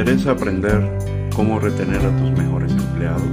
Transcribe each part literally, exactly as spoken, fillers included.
interesa aprender cómo retener a tus mejores empleados?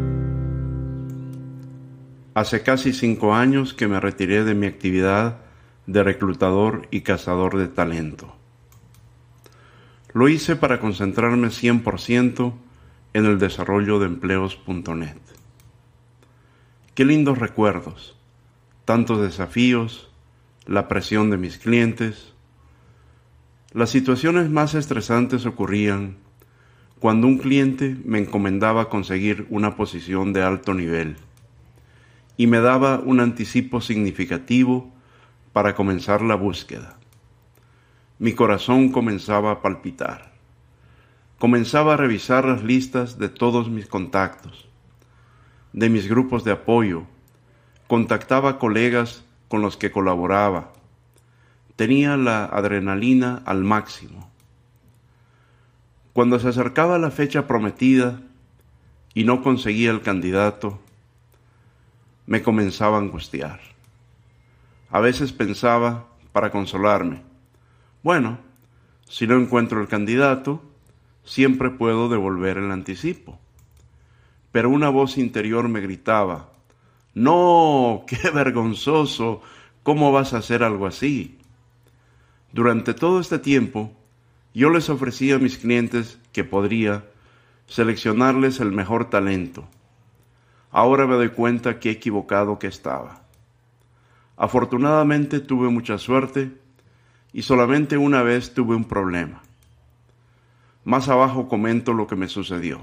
Hace casi cinco años que me retiré de mi actividad de reclutador y cazador de talento. Lo hice para concentrarme cien por ciento en el desarrollo de empleos punto net. Qué lindos recuerdos, tantos desafíos, la presión de mis clientes. Las situaciones más estresantes ocurrían cuando un cliente me encomendaba conseguir una posición de alto nivel y me daba un anticipo significativo para comenzar la búsqueda. Mi corazón comenzaba a palpitar. Comenzaba a revisar las listas de todos mis contactos, de mis grupos de apoyo. Contactaba colegas con los que colaboraba. Tenía la adrenalina al máximo. Cuando se acercaba la fecha prometida y no conseguía el candidato, me comenzaba a angustiar. A veces pensaba, para consolarme, bueno, si no encuentro el candidato, siempre puedo devolver el anticipo. Pero una voz interior me gritaba, ¡no! ¡Qué vergonzoso! ¿Cómo vas a hacer algo así? Durante todo este tiempo, yo les ofrecía a mis clientes que podría seleccionarles el mejor talento. Ahora me doy cuenta qué equivocado que estaba. Afortunadamente tuve mucha suerte y solamente una vez tuve un problema. Más abajo comento lo que me sucedió.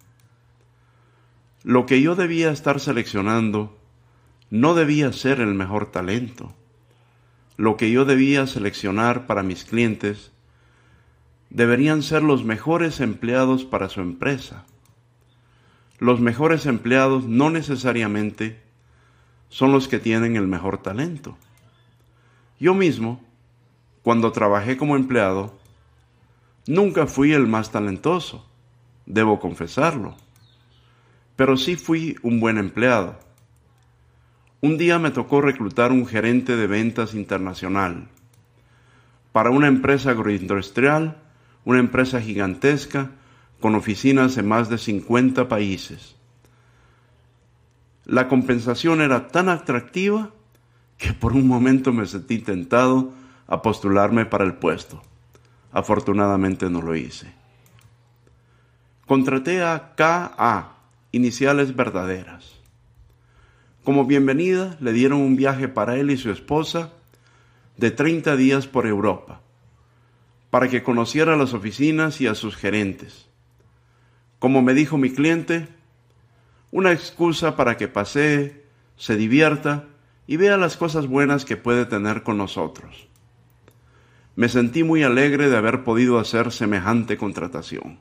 Lo que yo debía estar seleccionando no debía ser el mejor talento. Lo que yo debía seleccionar para mis clientes deberían ser los mejores empleados para su empresa. Los mejores empleados no necesariamente son los que tienen el mejor talento. Yo mismo, cuando trabajé como empleado, nunca fui el más talentoso, debo confesarlo, pero sí fui un buen empleado. Un día me tocó reclutar un gerente de ventas internacional para una empresa agroindustrial, una empresa gigantesca con oficinas en más de cincuenta países. La compensación era tan atractiva que por un momento me sentí tentado a postularme para el puesto. Afortunadamente no lo hice. Contraté a K A, iniciales verdaderas. Como bienvenida, le dieron un viaje para él y su esposa de treinta días por Europa, para que conociera las oficinas y a sus gerentes. Como me dijo mi cliente, una excusa para que pasee, se divierta y vea las cosas buenas que puede tener con nosotros. Me sentí muy alegre de haber podido hacer semejante contratación.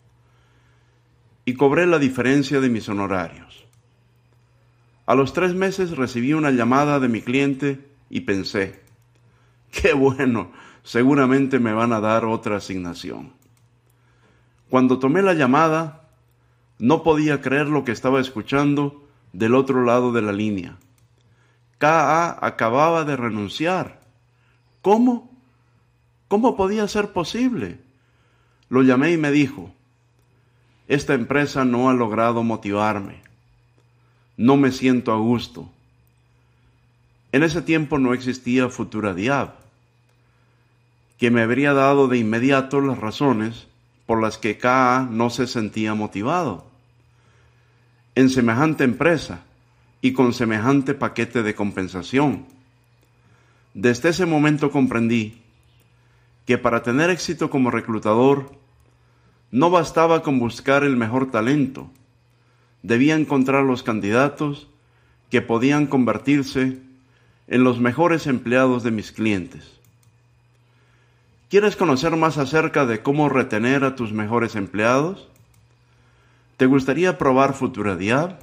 Y cobré la diferencia de mis honorarios. A los tres meses recibí una llamada de mi cliente y pensé, ¡qué bueno! Seguramente me van a dar otra asignación. Cuando tomé la llamada, no podía creer lo que estaba escuchando del otro lado de la línea. K A acababa de renunciar. ¿Cómo? ¿Cómo podía ser posible? Lo llamé y me dijo, esta empresa no ha logrado motivarme. No me siento a gusto. En ese tiempo no existía Futura Diab, que me habría dado de inmediato las razones por las que K A no se sentía motivado. En semejante empresa y con semejante paquete de compensación. Desde ese momento comprendí que para tener éxito como reclutador no bastaba con buscar el mejor talento. Debía encontrar los candidatos que podían convertirse en los mejores empleados de mis clientes. ¿Quieres conocer más acerca de cómo retener a tus mejores empleados? ¿Te gustaría probar Futura Diab?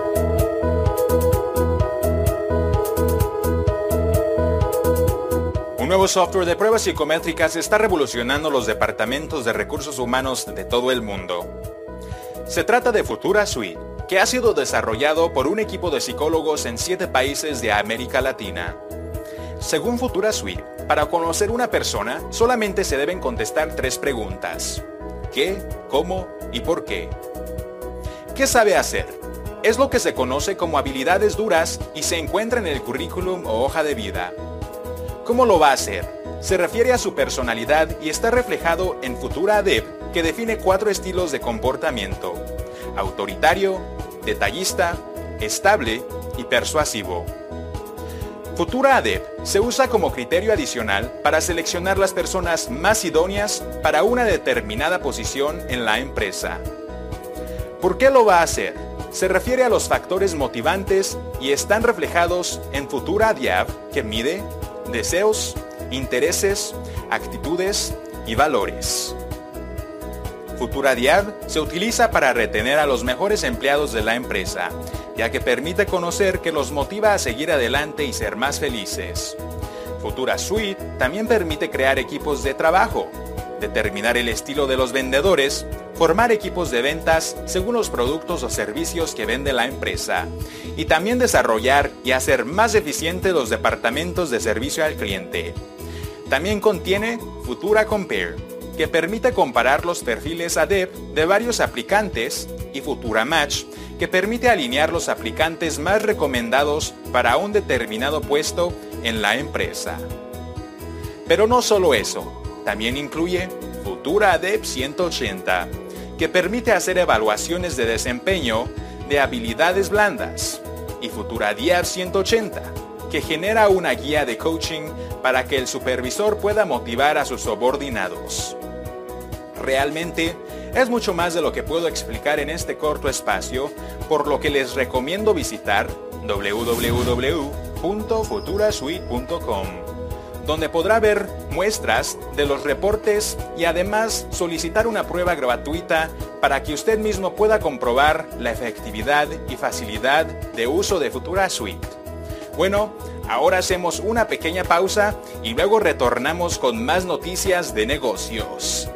Un nuevo software de pruebas psicométricas está revolucionando los departamentos de recursos humanos de todo el mundo. Se trata de Futura Suite, que ha sido desarrollado por un equipo de psicólogos en siete países de América Latina. Según Futura Suite, para conocer una persona, solamente se deben contestar tres preguntas. qué, cómo y por qué. ¿Qué sabe hacer? Es lo que se conoce como habilidades duras y se encuentra en el currículum o hoja de vida. ¿Cómo lo va a hacer? Se refiere a su personalidad y está reflejado en Futura Adept, que define cuatro estilos de comportamiento: autoritario, detallista, estable y persuasivo. Futura Adept se usa como criterio adicional para seleccionar las personas más idóneas para una determinada posición en la empresa. ¿Por qué lo va a hacer? Se refiere a los factores motivantes y están reflejados en Futura Adept, que mide deseos, intereses, actitudes y valores. Futura Adept se utiliza para retener a los mejores empleados de la empresa, ya que permite conocer qué los motiva a seguir adelante y ser más felices. Futura Suite también permite crear equipos de trabajo, determinar el estilo de los vendedores, formar equipos de ventas según los productos o servicios que vende la empresa, y también desarrollar y hacer más eficientes los departamentos de servicio al cliente. También contiene Futura Compare, que permite comparar los perfiles Adept de varios aplicantes, y Futura Match, que permite alinear los aplicantes más recomendados para un determinado puesto en la empresa. Pero no solo eso, también incluye Futura Adept ciento ochenta, que permite hacer evaluaciones de desempeño de habilidades blandas, y Futura Adept ciento ochenta, que genera una guía de coaching para que el supervisor pueda motivar a sus subordinados. Realmente, es mucho más de lo que puedo explicar en este corto espacio, por lo que les recomiendo visitar w w w punto futura suite punto com, donde podrá ver muestras de los reportes y además solicitar una prueba gratuita para que usted mismo pueda comprobar la efectividad y facilidad de uso de Futura Suite. Bueno, ahora hacemos una pequeña pausa y luego retornamos con más noticias de negocios.